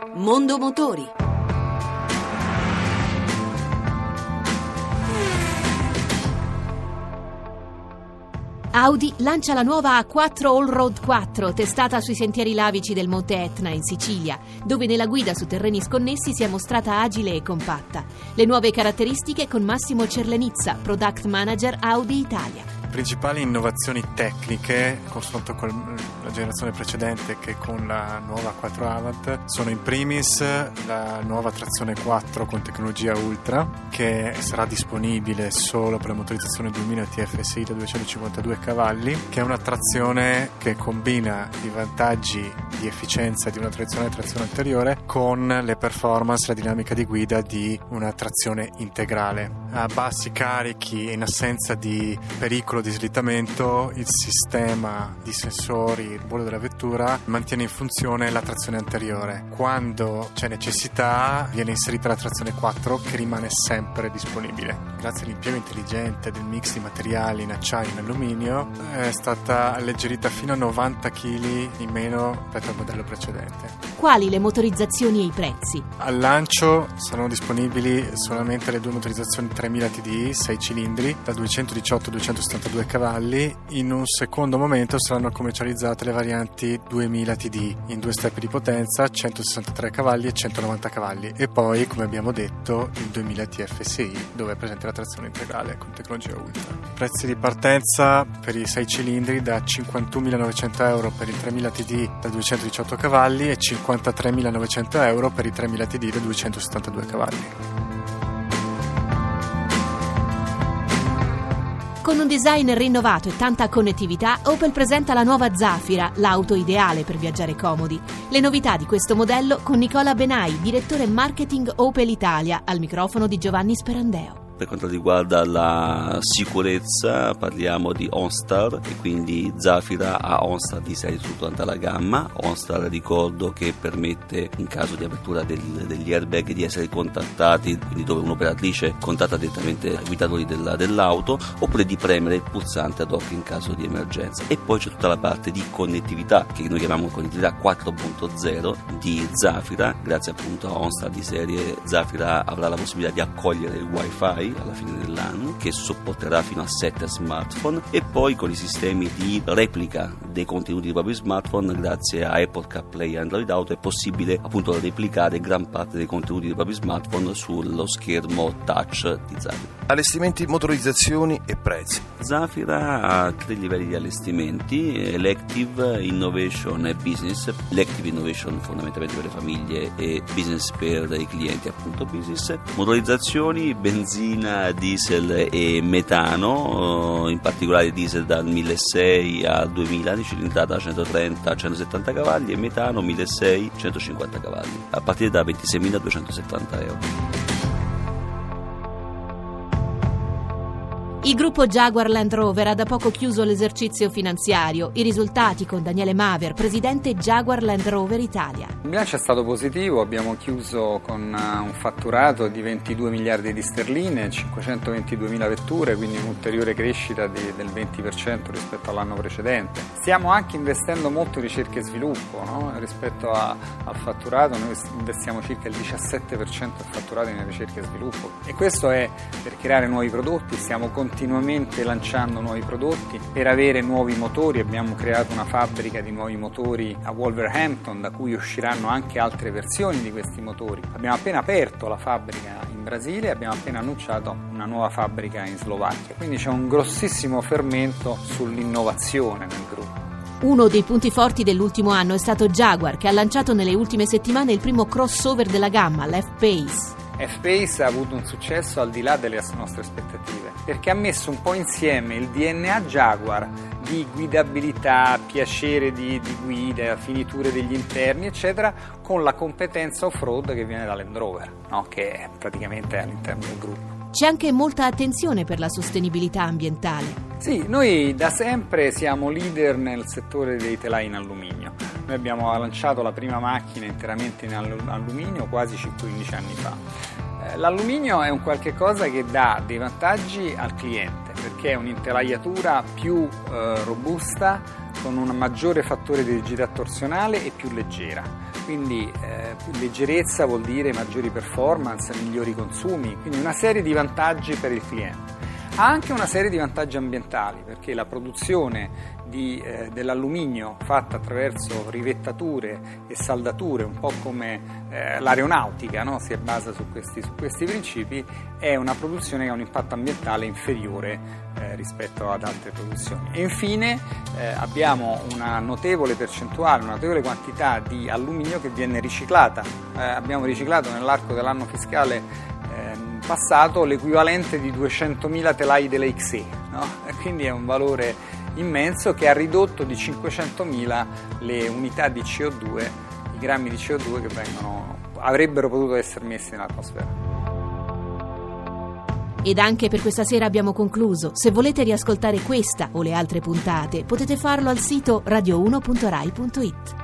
Mondo Motori. Audi lancia la nuova A4 Allroad 4, testata sui sentieri lavici del Monte Etna in Sicilia, dove nella guida su terreni sconnessi si è mostrata agile e compatta. Le nuove caratteristiche con Massimo Cerlenizza, Product Manager Audi Italia. Principali innovazioni tecniche, confronto con la generazione precedente che con la nuova 4 Avant, sono in primis la nuova trazione 4 con tecnologia Ultra, che sarà disponibile solo per la motorizzazione 2000 TFSI da 252 cavalli, che è una trazione che combina i vantaggi di efficienza di una tradizionale trazione anteriore con le performance e la dinamica di guida di una trazione integrale. A bassi carichi e in assenza di pericolo di slittamento, il sistema di sensori, il volo della vettura mantiene in funzione la trazione anteriore. Quando c'è necessità viene inserita la trazione 4 che rimane sempre disponibile. Grazie all'impiego intelligente del mix di materiali in acciaio e in alluminio è stata alleggerita fino a 90 kg in meno rispetto al modello precedente. Quali le motorizzazioni e i prezzi? Al lancio saranno disponibili solamente le due motorizzazioni 3000 TDI 6 cilindri da 218 a 272 cavalli. In un secondo momento saranno commercializzate le varianti 2000 TDI in due step di potenza, 163 cavalli e 190 cavalli, e poi, come abbiamo detto, il 2000 TFSI, dove è presente la trazione integrale con tecnologia Ultra. Prezzi di partenza per i 6 cilindri da 51.900 euro per il 3000 TDI da 218 cavalli e 53.900 euro per i 3000 TDI da 272 cavalli. Con un design rinnovato e tanta connettività, Opel presenta la nuova Zafira, l'auto ideale per viaggiare comodi. Le novità di questo modello con Nicola Benai, direttore marketing Opel Italia, al microfono di Giovanni Sperandeo. Per quanto riguarda la sicurezza parliamo di OnStar, e quindi Zafira ha OnStar di serie su tutta la gamma. OnStar, ricordo, che permette in caso di apertura degli airbag di essere contattati, quindi dove un'operatrice contatta direttamente i guidatori dell'auto, oppure di premere il pulsante ad hoc in caso di emergenza. E poi c'è tutta la parte di connettività, che noi chiamiamo connettività 4.0 di Zafira. Grazie appunto a OnStar di serie, Zafira avrà la possibilità di accogliere il Wi-Fi alla fine dell'anno, che supporterà fino a 7 smartphone, e poi con i sistemi di replica dei contenuti dei propri smartphone, grazie a Apple CarPlay e Android Auto, è possibile appunto replicare gran parte dei contenuti dei propri smartphone sullo schermo touch di Zafira. Allestimenti, motorizzazioni e prezzi. Zafira ha 3 livelli di allestimenti: Elective, Innovation e Business. Elective Innovation fondamentalmente per le famiglie e Business per i clienti appunto business. Motorizzazioni: benzina, diesel e metano, in particolare diesel dal 1600 al 2000 di cilindrata, 130 a 170 cavalli, e metano 1600 150 cavalli, a partire da 26.270 euro. Il gruppo Jaguar Land Rover ha da poco chiuso l'esercizio finanziario. I risultati con Daniele Maver, presidente Jaguar Land Rover Italia. Il bilancio è stato positivo, abbiamo chiuso con un fatturato di 22 miliardi di sterline, 522.000 vetture, quindi un'ulteriore crescita del 20% rispetto all'anno precedente. Stiamo anche investendo molto in ricerca e sviluppo, no? Rispetto al fatturato noi investiamo circa il 17% del fatturato in ricerca e sviluppo, e questo è per creare nuovi prodotti. Stiamo continuamente lanciando nuovi prodotti per avere nuovi motori. Abbiamo creato una fabbrica di nuovi motori a Wolverhampton, da cui usciranno anche altre versioni di questi motori. Abbiamo appena aperto la fabbrica in Brasile e abbiamo appena annunciato una nuova fabbrica in Slovacchia, quindi c'è un grossissimo fermento sull'innovazione nel gruppo. Uno dei punti forti dell'ultimo anno è stato Jaguar, che ha lanciato nelle ultime settimane il primo crossover della gamma, l'F-Pace. F-Pace ha avuto un successo al di là delle nostre aspettative, perché ha messo un po' insieme il DNA Jaguar di guidabilità, piacere di guida, finiture degli interni eccetera, con la competenza off-road che viene da Land Rover, no? Che è praticamente all'interno del gruppo. C'è anche molta attenzione per la sostenibilità ambientale. Sì, noi da sempre siamo leader nel settore dei telai in alluminio. Noi abbiamo lanciato la prima macchina interamente in alluminio quasi 15 anni fa. L'alluminio è un qualche cosa che dà dei vantaggi al cliente, perché è un'intelaiatura più robusta, con un maggiore fattore di rigidità torsionale e più leggera. quindi più leggerezza vuol dire maggiori performance, migliori consumi, quindi una serie di vantaggi per il cliente. Ha anche una serie di vantaggi ambientali, perché la produzione dell'alluminio fatta attraverso rivettature e saldature, un po' come l'aeronautica, no? Si basa su questi principi, è una produzione che ha un impatto ambientale inferiore rispetto ad altre produzioni. E infine abbiamo una notevole percentuale, una notevole quantità di alluminio che viene riciclata. Abbiamo riciclato nell'arco dell'anno fiscale passato l'equivalente di 200.000 telai delle XE, no? E quindi è un valore immenso che ha ridotto di 500.000 le unità di CO2, i grammi di CO2 che avrebbero potuto essere messi nell'atmosfera. Ed anche per questa sera abbiamo concluso. Se volete riascoltare questa o le altre puntate, potete farlo al sito radio1.rai.it.